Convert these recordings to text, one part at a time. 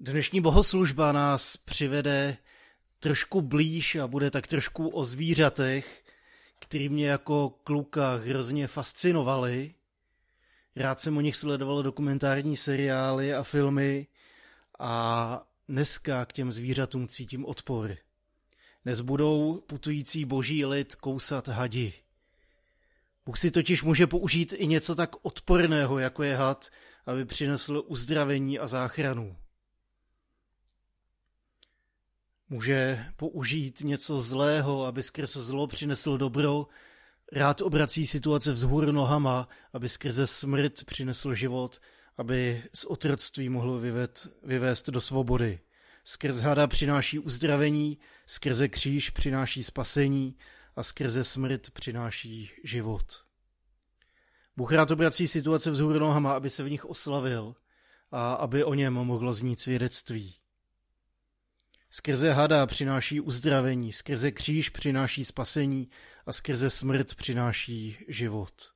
Dnešní bohoslužba nás přivede trošku blíž a bude tak trošku o zvířatech, který mě jako kluka hrozně fascinovaly. Rád jsem o nich sledoval dokumentární seriály a filmy a dneska k těm zvířatům cítím odpor. Dnes budou putující boží lid kousat hadi. Bůh si totiž může použít i něco tak odporného, jako je had, aby přinesl uzdravení a záchranu. Může použít něco zlého, aby skrze zlo přinesl dobro, rád obrací situace vzhůru nohama, aby skrze smrt přinesl život, aby z otroctví mohl vyvést do svobody. Skrze hada přináší uzdravení, skrze kříž přináší spasení a skrze smrt přináší život. Bůh rád obrací situace vzhůru nohama, aby se v nich oslavil a aby o něm mohlo znít svědectví. Skrze hada přináší uzdravení, skrze kříž přináší spasení a skrze smrt přináší život.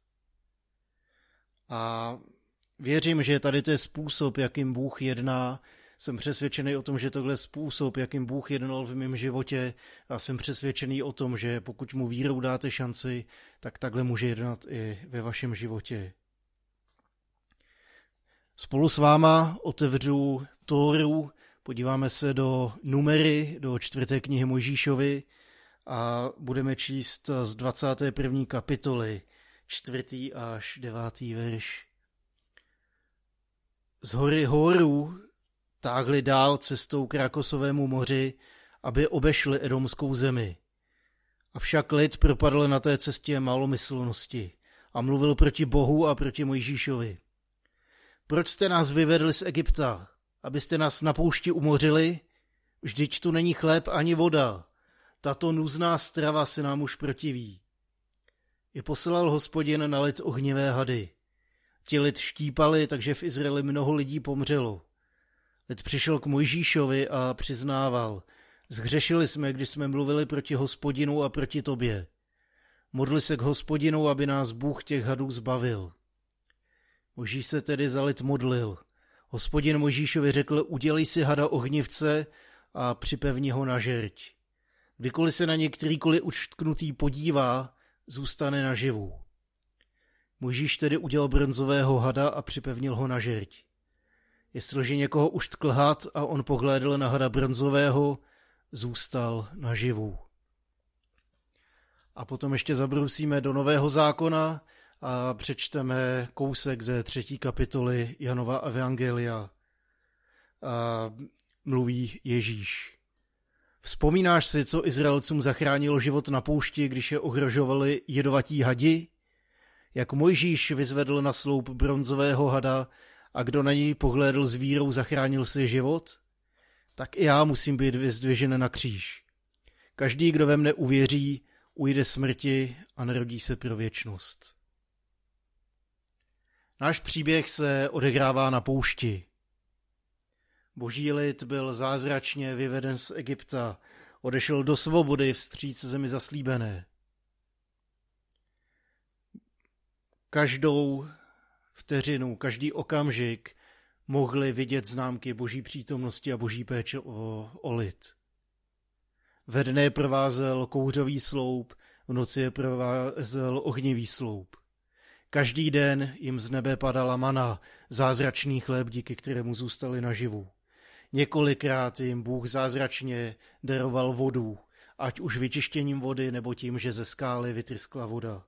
A věřím, že tady to je způsob, jakým Bůh jedná. Jsem přesvědčený o tom, že tohle je způsob, jakým Bůh jednal v mém životě a jsem přesvědčený o tom, že pokud mu vírou dáte šanci, tak takhle může jednat i ve vašem životě. Spolu s váma otevřu Tóru, podíváme se do Numery, do 4. knihy Mojžíšovy a budeme číst z 21. kapitoly, 4. až 9. verš. Z hory Hóru táhli dál cestou k Rakosovému moři, aby obešli edomskou zemi. Avšak lid propadl na té cestě malomyslnosti a mluvil proti Bohu a proti Mojžíšovi. Proč jste nás vyvedli z Egypta, abyste nás na poušti umořili? Vždyť tu není chléb ani voda. Tato nuzná strava se nám už protiví. I poslal Hospodin na lid ohnivé hady. Ti lid štípali, takže v Izraeli mnoho lidí pomřelo. Lid přišel k Mojžíšovi a přiznával: zhřešili jsme, když jsme mluvili proti Hospodinu a proti tobě. Modli se k Hospodinu, aby nás Bůh těch hadů zbavil. Mojžíš se tedy za lid modlil. Hospodin Mojžíšovi řekl: udělej si hada ohnivce a připevni ho na žerť. Kdykoliv se na ně kterýkoliv uštknutý podívá, zůstane naživu. Mojžíš tedy udělal bronzového hada a připevnil ho na žerť. Jestliže někoho uštkl had a on pohlédl na hada bronzového, zůstal naživu. A potom ještě zabrousíme do Nového zákona a přečteme kousek ze 3. kapitoly Janova evangelia. A mluví Ježíš. Vzpomínáš si, co Izraelcům zachránilo život na poušti, když je ohrožovali jedovatí hadi? Jak Mojžíš vyzvedl na sloup bronzového hada a kdo na něj pohlédl s vírou, zachránil si život? Tak i já musím být vyzdvižen na kříž. Každý, kdo ve mne uvěří, ujde smrti a narodí se pro věčnost. Náš příběh se odehrává na poušti. Boží lid byl zázračně vyveden z Egypta, odešel do svobody vstříc zemi zaslíbené. Každou vteřinu, každý okamžik mohli vidět známky Boží přítomnosti a Boží péče o lid. Ve dne je provázel kouřový sloup, v noci je provázel ohnivý sloup. Každý den jim z nebe padala mana, zázračný chléb, díky kterému zůstali naživu. Několikrát jim Bůh zázračně daroval vodu, ať už vyčištěním vody, nebo tím, že ze skály vytryskla voda.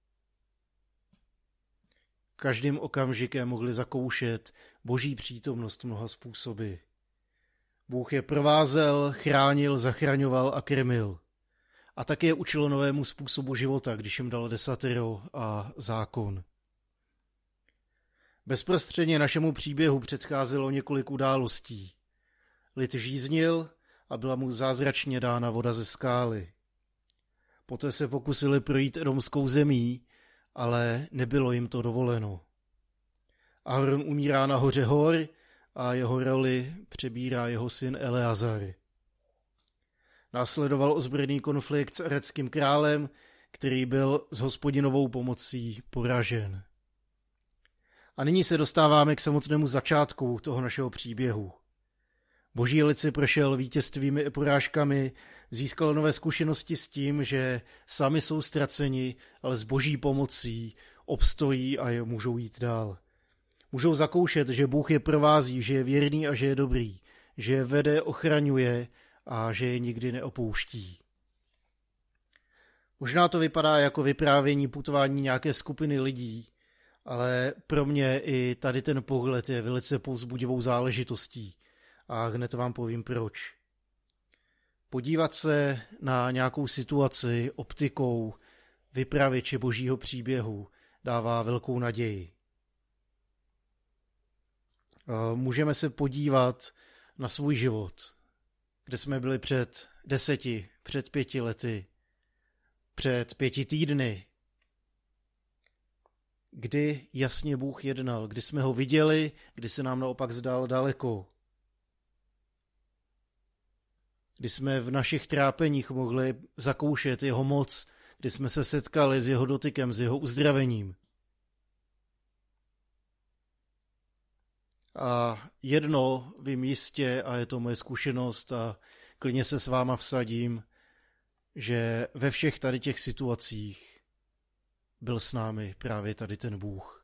Každým okamžikem mohli zakoušet Boží přítomnost mnoha způsoby. Bůh je provázel, chránil, zachraňoval a krmil. A také učil novému způsobu života, když jim dal desatero a zákon. Bezprostředně našemu příběhu předcházelo několik událostí. Lid žíznil a byla mu zázračně dána voda ze skály. Poté se pokusili projít edomskou zemí, ale nebylo jim to dovoleno. Aaron umírá na hoře Hor a jeho roli přebírá jeho syn Eleazar. Následoval ozbrojený konflikt s areckým králem, který byl s Hospodinovou pomocí poražen. A nyní se dostáváme k samotnému začátku toho našeho příběhu. Boží lid si prošel vítězstvími i porážkami, získal nové zkušenosti s tím, že sami jsou ztraceni, ale s Boží pomocí obstojí a můžou jít dál. Můžou zakoušet, že Bůh je provází, že je věrný a že je dobrý, že je vede, ochraňuje a že je nikdy neopouští. Možná to vypadá jako vyprávění putování nějaké skupiny lidí, ale pro mě i tady ten pohled je velice povzbudivou záležitostí a hned vám povím proč. Podívat se na nějakou situaci optikou vypravěče Božího příběhu dává velkou naději. Můžeme se podívat na svůj život, kde jsme byli před 10, před 5 lety, před 5 týdny, kdy jasně Bůh jednal, kdy jsme ho viděli, kdy se nám naopak zdál daleko. Kdy jsme v našich trápeních mohli zakoušet jeho moc, kdy jsme se setkali s jeho dotykem, s jeho uzdravením. A jedno vím jistě, a je to moje zkušenost a klidně se s váma vsadím, že ve všech tady těch situacích byl s námi právě tady ten Bůh.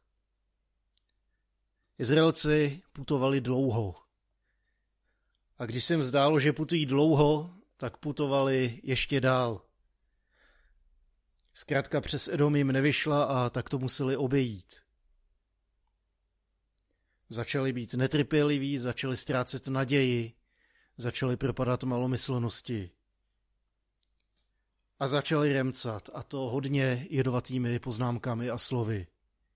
Izraelci putovali dlouho. A když se jim zdálo, že putují dlouho, tak putovali ještě dál. Zkrátka přes Edom jim nevyšla a tak to museli obejít. Začali být netrpěliví, začali ztrácet naději, začali propadat malomyslnosti. A začali remcat, a to hodně jedovatými poznámkami a slovy.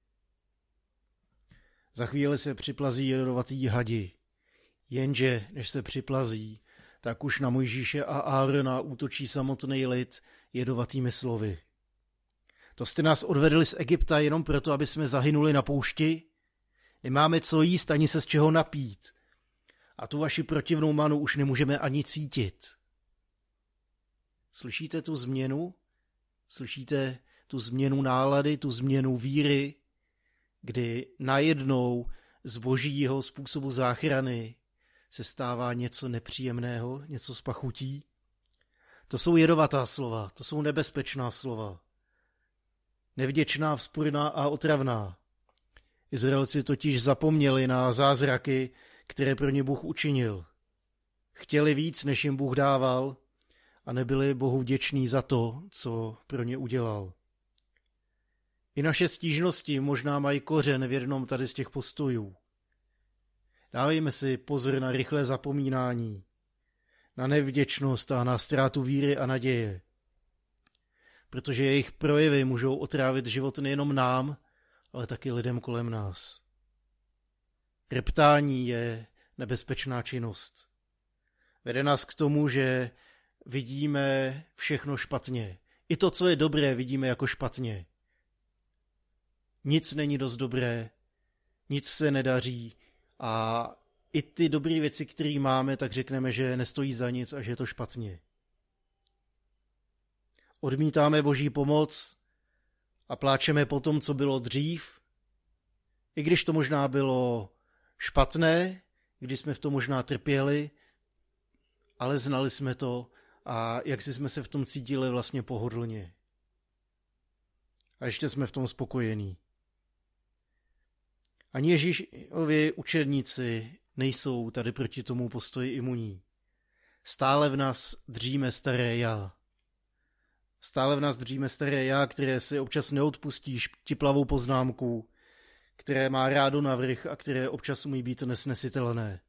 Za chvíli se připlazí jedovatý hadi. Jenže, než se připlazí, tak už na Mojžíše a Árona útočí samotný lid jedovatými slovy. To jste nás odvedli z Egypta jenom proto, aby jsme zahynuli na poušti? Nemáme co jíst ani se z čeho napít. A tu vaši protivnou manu už nemůžeme ani cítit. Slyšíte tu změnu? Slyšíte tu změnu nálady, tu změnu víry, kdy najednou z Božího způsobu záchrany se stává něco nepříjemného, něco z pachutí? To jsou jedovatá slova, to jsou nebezpečná slova. Nevděčná, vzpůrná a otravná. Izraelci totiž zapomněli na zázraky, které pro ně Bůh učinil. Chtěli víc, než jim Bůh dával, a nebyli Bohu vděční za to, co pro ně udělal. I naše stížnosti možná mají kořen v jednom tady z těch postojů. Dávejme si pozor na rychlé zapomínání, na nevděčnost a na ztrátu víry a naděje. Protože jejich projevy můžou otrávit život nejenom nám, ale taky lidem kolem nás. Reptání je nebezpečná činnost. Vede nás k tomu, že vidíme všechno špatně. I to, co je dobré, vidíme jako špatně. Nic není dost dobré, nic se nedaří a i ty dobré věci, které máme, tak řekneme, že nestojí za nic a že je to špatně. Odmítáme Boží pomoc a pláčeme po tom, co bylo dřív, i když to možná bylo špatné, když jsme v tom možná trpěli, ale znali jsme to a jak si jsme se v tom cítili vlastně pohodlně. A ještě jsme v tom spokojení. Ani Ježíšovi učedníci nejsou tady proti tomu postoji imunní. Stále v nás dříme staré já. Stále v nás dříme staré já, které si občas neodpustí štiplavou poznámku, které má rádo navrch a které občas umí být nesnesitelné.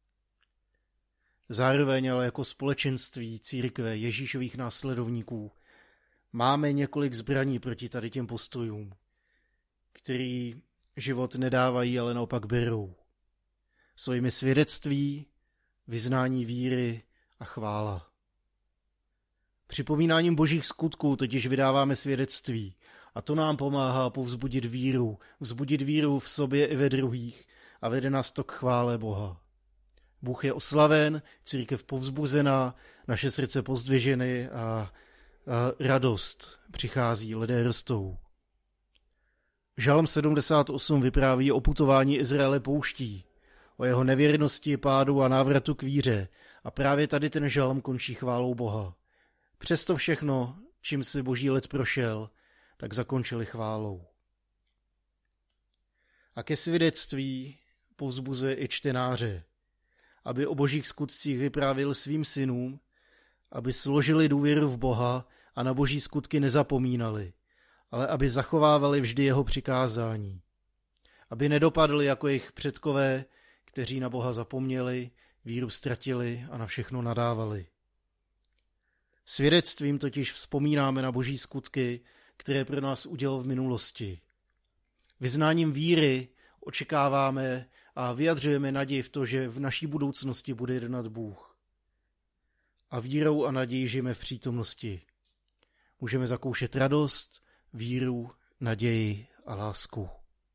Zároveň ale jako společenství církve Ježíšových následovníků máme několik zbraní proti tady těm postojům, který život nedávají, ale naopak berou. Jsou jimi svědectví, vyznání víry a chvála. Připomínáním Božích skutků totiž vydáváme svědectví a to nám pomáhá povzbudit víru v sobě i ve druhých a vede nás to k chvále Boha. Bůh je oslaven, církev povzbuzená, naše srdce pozdviženy a radost přichází, lidé rostou. Žalm 78 vypráví o putování Izraele pouští, o jeho nevěrnosti, pádu a návratu k víře. A právě tady ten žalm končí chválou Boha. Přesto všechno, čím si boží lid prošel, tak zakončili chválou. A ke svědectví povzbuzuje i čtenáře, aby o božích skutcích vyprávěl svým synům, aby složili důvěru v Boha a na boží skutky nezapomínali, ale aby zachovávali vždy jeho přikázání. Aby nedopadli jako jejich předkové, kteří na Boha zapomněli, víru ztratili a na všechno nadávali. Svědectvím totiž vzpomínáme na boží skutky, které pro nás udělal v minulosti. Vyznáním víry očekáváme a vyjadřujeme naději v to, že v naší budoucnosti bude jednat Bůh. A vírou a naději žijeme v přítomnosti. Můžeme zakoušet radost, víru, naději a lásku.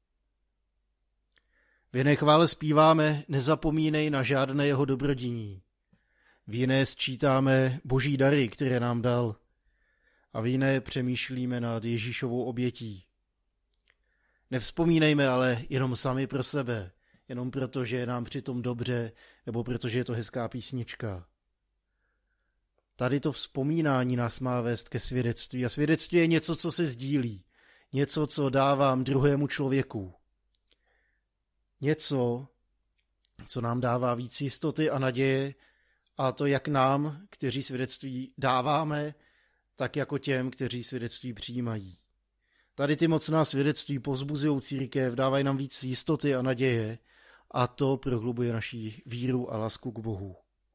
V jedné chvále zpíváme: nezapomínej na žádné jeho dobrodiní. V jiné sčítáme boží dary, které nám dal. A v jiné přemýšlíme nad Ježíšovou obětí. Nevzpomínejme ale jenom sami pro sebe, jenom proto, že je nám přitom dobře, nebo protože je to hezká písnička. Tady to vzpomínání nás má vést ke svědectví. A svědectví je něco, co se sdílí. Něco, co dávám druhému člověku. Něco, co nám dává víc jistoty a naděje, a to jak nám, kteří svědectví dáváme, tak jako těm, kteří svědectví přijímají. Tady ty mocná svědectví povzbuzují církev, dávají nám víc jistoty a naděje, a to prohlubuje naší víru a lásku k Bohu.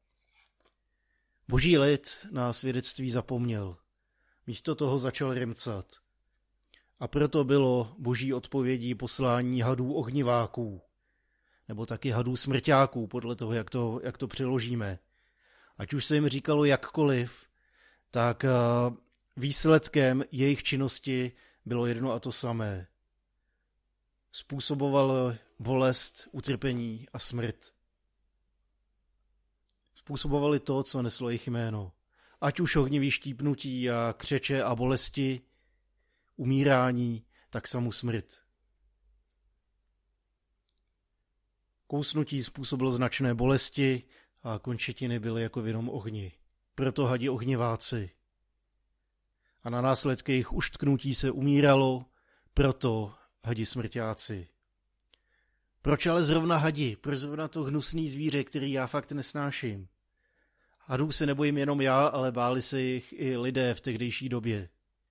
Boží lid na svědectví zapomněl. Místo toho začal remcat. A proto bylo boží odpovědí poslání hadů ohniváků, nebo taky hadů smrťáků, podle toho, jak to přeložíme. Ať už se jim říkalo jakkoliv, tak výsledkem jejich činnosti bylo jedno a to samé. Způsoboval bolest, utrpení a smrt. Způsobovali to, co neslo jejich jméno. Ať už ohnivý štípnutí a křeče a bolesti, umírání, tak samu smrt. Kousnutí způsobilo značné bolesti a končetiny byly jako v jednom ohni. Proto hadi ohniváci. A na následky jejich uštknutí se umíralo, proto hadi smrťáci. Proč ale zrovna hadi? Proč zrovna to hnusný zvíře, který já fakt nesnáším? Hadů se nebojím jenom já, ale báli se jich i lidé v tehdejší době.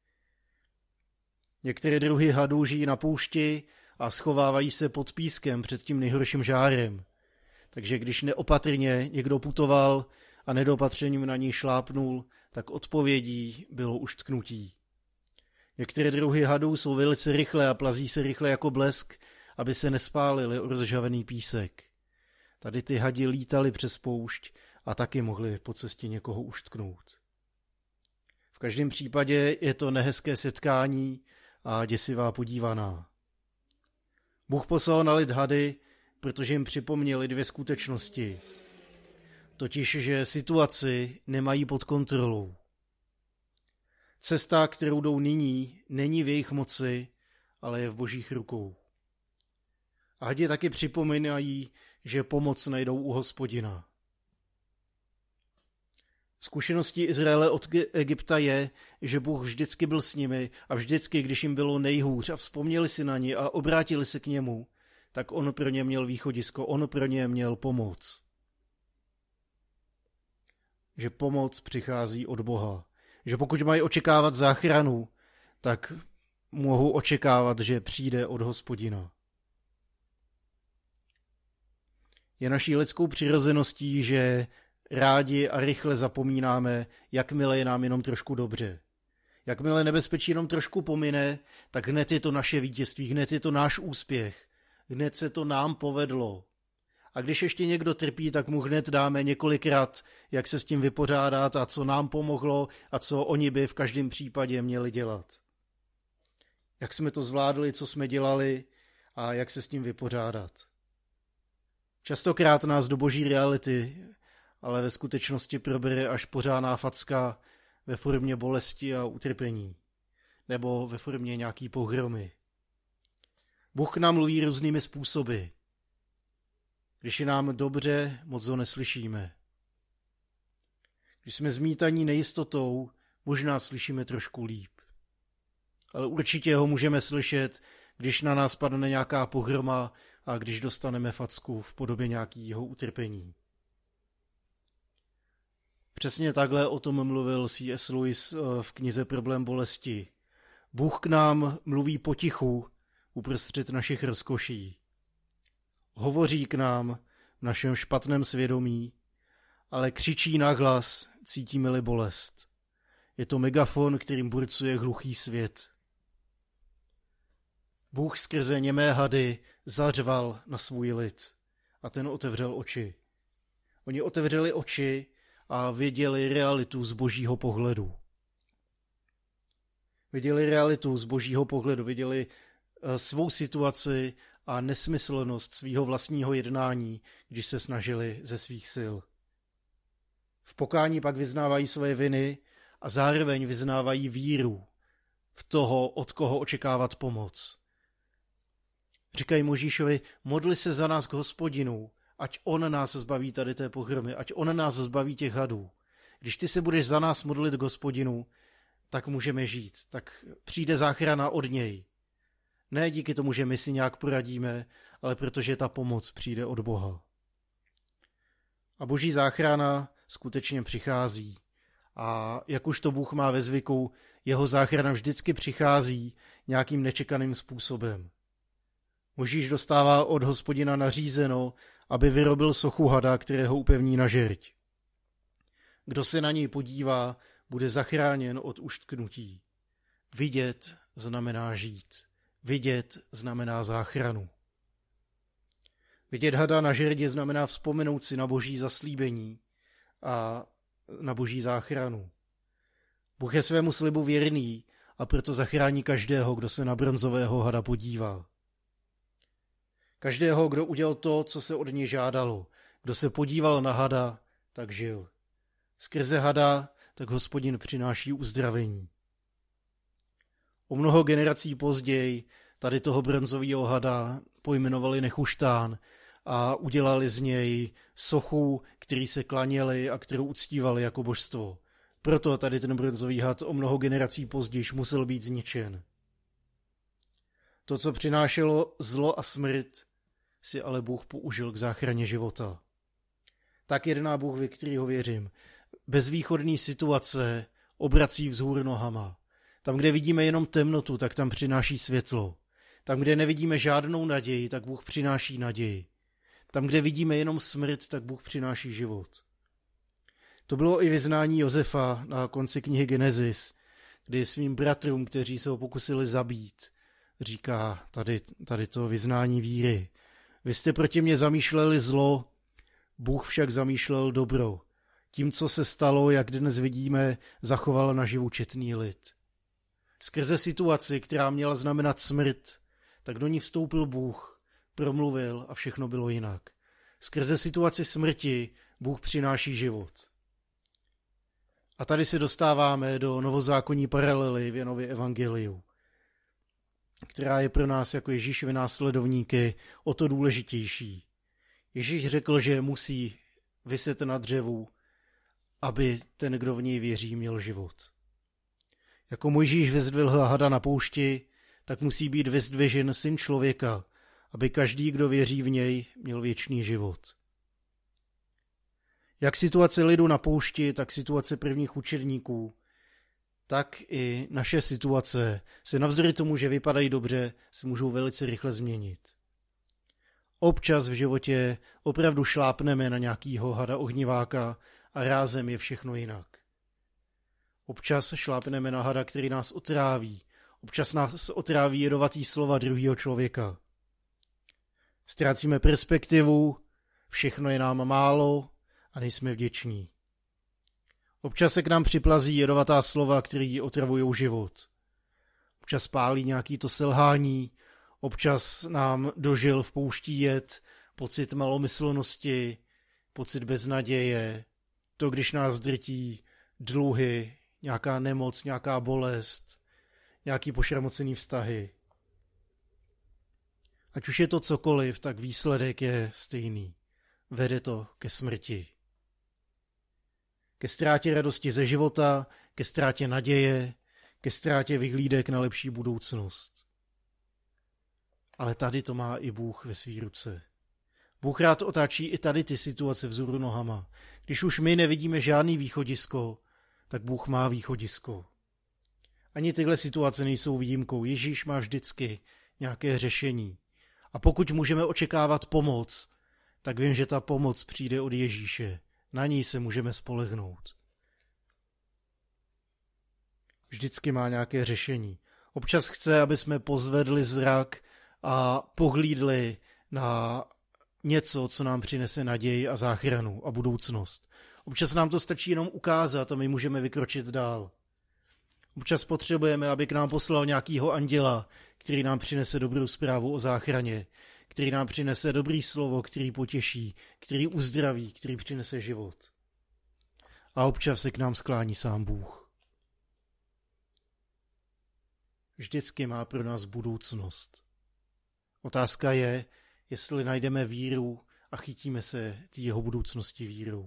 Některé druhy hadů žijí na poušti a schovávají se pod pískem před tím nejhorším žárem. Takže když neopatrně někdo putoval a nedopatřením na něj šlápnul, tak odpovědí bylo uštknutí. Některé druhy hadů jsou velice rychlé a plazí se rychle jako blesk, aby se nespálili o rozžhavený písek. Tady ty hadi lítali přes poušť a taky mohli po cestě někoho uštknout. V každém případě je to nehezké setkání a děsivá podívaná. Bůh poslal na lid hady, protože jim připomněli dvě skutečnosti. Totiž, že situaci nemají pod kontrolou. Cesta, kterou jdou nyní, není v jejich moci, ale je v božích rukou. A hadi taky připomínají, že pomoc najdou u Hospodina. Zkušeností Izraele od Egypta je, že Bůh vždycky byl s nimi a vždycky, když jim bylo nejhůř a vzpomněli si na ně a obrátili se k němu, tak on pro ně měl východisko, on pro ně měl pomoc. Že pomoc přichází od Boha. Že pokud mají očekávat záchranu, tak mohou očekávat, že přijde od Hospodina. Je naší lidskou přirozeností, že rádi a rychle zapomínáme, jakmile je nám jenom trošku dobře. Jakmile nebezpečí jenom trošku pomine, tak hned je to naše vítězství, hned je to náš úspěch, hned se to nám povedlo. A když ještě někdo trpí, tak mu hned dáme několikrát, jak se s tím vypořádat a co nám pomohlo a co oni by v každém případě měli dělat. Jak jsme to zvládli, co jsme dělali a jak se s tím vypořádat. Častokrát nás do boží reality, ale ve skutečnosti probere až pořádná facka ve formě bolesti a utrpení, nebo ve formě nějaký pohromy. Bůh k nám mluví různými způsoby. Když je nám dobře, moc ho neslyšíme. Když jsme zmítaní nejistotou, možná slyšíme trošku líp. Ale určitě ho můžeme slyšet, když na nás padne nějaká pohroma a když dostaneme facku v podobě nějakého utrpení. Přesně takhle o tom mluvil C.S. Lewis v knize Problém bolesti. Bůh k nám mluví potichu uprostřed našich rozkoší. Hovoří k nám v našem špatném svědomí, ale křičí nahlas, cítíme-li bolest. Je to megafon, kterým burcuje hluchý svět. Bůh skrze němé hady zařval na svůj lid a ten otevřel oči. Oni otevřeli oči a viděli realitu z božího pohledu. Viděli realitu z božího pohledu, viděli svou situaci a nesmyslnost svého vlastního jednání, když se snažili ze svých sil. V pokání pak vyznávají své viny a zároveň vyznávají víru v toho, od koho očekávat pomoc. Říkají Možíšovi, modli se za nás k Hospodinu, ať on nás zbaví tady té pohromy, ať on nás zbaví těch hadů. Když ty se budeš za nás modlit k Hospodinu, tak můžeme žít, tak přijde záchrana od něj. Ne díky tomu, že my si nějak poradíme, ale protože ta pomoc přijde od Boha. A boží záchrana skutečně přichází. A jak už to Bůh má ve zvyku, jeho záchrana vždycky přichází nějakým nečekaným způsobem. Možíš dostává od Hospodina nařízeno, aby vyrobil sochu hada, kterého upevní na žerť. Kdo se na něj podívá, bude zachráněn od uštknutí. Vidět znamená žít. Vidět znamená záchranu. Vidět hada na žerdě znamená vzpomenout si na boží zaslíbení a na boží záchranu. Bůh je svému slibu věrný a proto zachrání každého, kdo se na bronzového hada podívá. Každého, kdo udělal to, co se od něj žádalo. Kdo se podíval na hada, tak žil. Skrze hada tak Hospodin přináší uzdravení. O mnoho generací později tady toho bronzového hada pojmenovali Nechuštán a udělali z něj sochu, který se klaněli a kterou uctívali jako božstvo. Proto tady ten bronzový had o mnoho generací později musel být zničen. To, co přinášelo zlo a smrt, si ale Bůh použil k záchraně života. Tak jedná Bůh, ve kterýho věřím. Bezvýchodný situace obrací vzhůr nohama. Tam, kde vidíme jenom temnotu, tak tam přináší světlo. Tam, kde nevidíme žádnou naději, tak Bůh přináší naději. Tam, kde vidíme jenom smrt, tak Bůh přináší život. To bylo i vyznání Josefa na konci knihy Genesis, kdy svým bratrům, kteří se ho pokusili zabít, říká tady to vyznání víry. Vy jste proti mě zamýšleli zlo, Bůh však zamýšlel dobro. Tím, co se stalo, jak dnes vidíme, zachoval naživu četný lid. Skrze situaci, která měla znamenat smrt, tak do ní vstoupil Bůh, promluvil a všechno bylo jinak. Skrze situaci smrti Bůh přináší život. A tady se dostáváme do novozákonní paralely v Janově evangeliu, která je pro nás jako Ježíšovi následovníky o to důležitější. Ježíš řekl, že musí viset na dřevu, aby ten, kdo v něj věří, měl život. Jako Mojžíš vyzdvihl hada na poušti, tak musí být vyzdvižen Syn člověka, aby každý, kdo věří v něj, měl věčný život. Jak situace lidu na poušti, tak situace prvních učedníků, tak i naše situace se navzdory tomu, že vypadají dobře, se můžou velice rychle změnit. Občas v životě opravdu šlápneme na nějakýho hada ohniváka a rázem je všechno jinak. Občas šlápneme na hada, který nás otráví. Občas nás otráví jedovatý slova druhého člověka. Ztrácíme perspektivu, všechno je nám málo a nejsme vděční. Občas se k nám připlazí jedovatá slova, které otravujou život. Občas pálí nějaký to selhání, občas nám dožil v pouští jed pocit malomyslnosti, pocit beznaděje, to, když nás drtí dluhy, nějaká nemoc, nějaká bolest, nějaký pošramocený vztahy. Ať už je to cokoliv, tak výsledek je stejný. vede to ke smrti. Ke ztrátě radosti ze života, ke ztrátě naděje, ke ztrátě vyhlídek na lepší budoucnost. Ale tady to má i Bůh ve svý ruce. Bůh rád otáčí i tady ty situace vzhůru nohama. Když už my nevidíme žádný východisko, tak Bůh má východisko. Ani tyhle situace nejsou výjimkou. Ježíš má vždycky nějaké řešení. A pokud můžeme očekávat pomoc, tak vím, že ta pomoc přijde od Ježíše. Na něj se můžeme spolehnout. Vždycky má nějaké řešení. Občas chce, aby jsme pozvedli zrak a pohlídli na něco, co nám přinese naději a záchranu a budoucnost. Občas nám to stačí jenom ukázat a my můžeme vykročit dál. Občas potřebujeme, aby k nám poslal nějakýho anděla, který nám přinese dobrou zprávu o záchraně, který nám přinese dobrý slovo, který potěší, který uzdraví, který přinese život. A občas se k nám sklání sám Bůh. Vždycky má pro nás budoucnost. Otázka je, jestli najdeme víru a chytíme se té jeho budoucnosti vírou.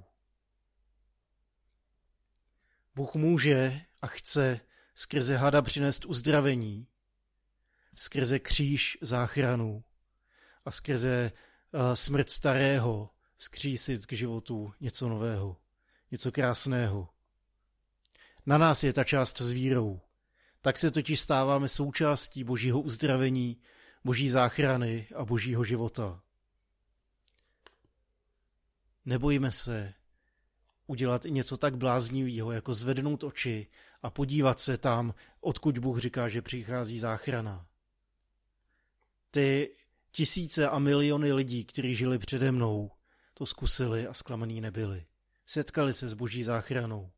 Bůh může a chce skrze hada přinést uzdravení, skrze kříž záchranu a skrze smrt starého vzkřísit k životu něco nového, něco krásného. Na nás je ta část s vírou. Tak se totiž stáváme součástí Božího uzdravení, Boží záchrany a Božího života. Nebojíme se udělat i něco tak bláznivého, jako zvednout oči a podívat se tam, odkud Bůh říká, že přichází záchrana. Ty tisíce a miliony lidí, kteří žili přede mnou, to zkusili a zklamaný nebyli. Setkali se s Boží záchranou.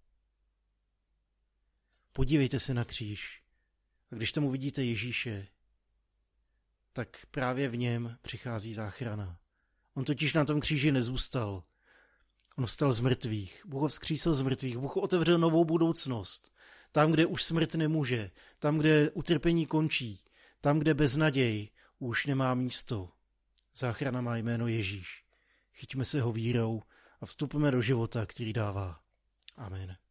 Podívejte se na kříž a když tam uvidíte Ježíše, tak právě v něm přichází záchrana. On totiž na tom kříži nezůstal. On vstal z mrtvých. Bůh ho vzkřísil z mrtvých. Bůh otevřel novou budoucnost. Tam, kde už smrt nemůže. Tam, kde utrpení končí. Tam, kde beznaděj už nemá místo. Záchrana má jméno Ježíš. Chyťme se ho vírou a vstupme do života, který dává. Amen.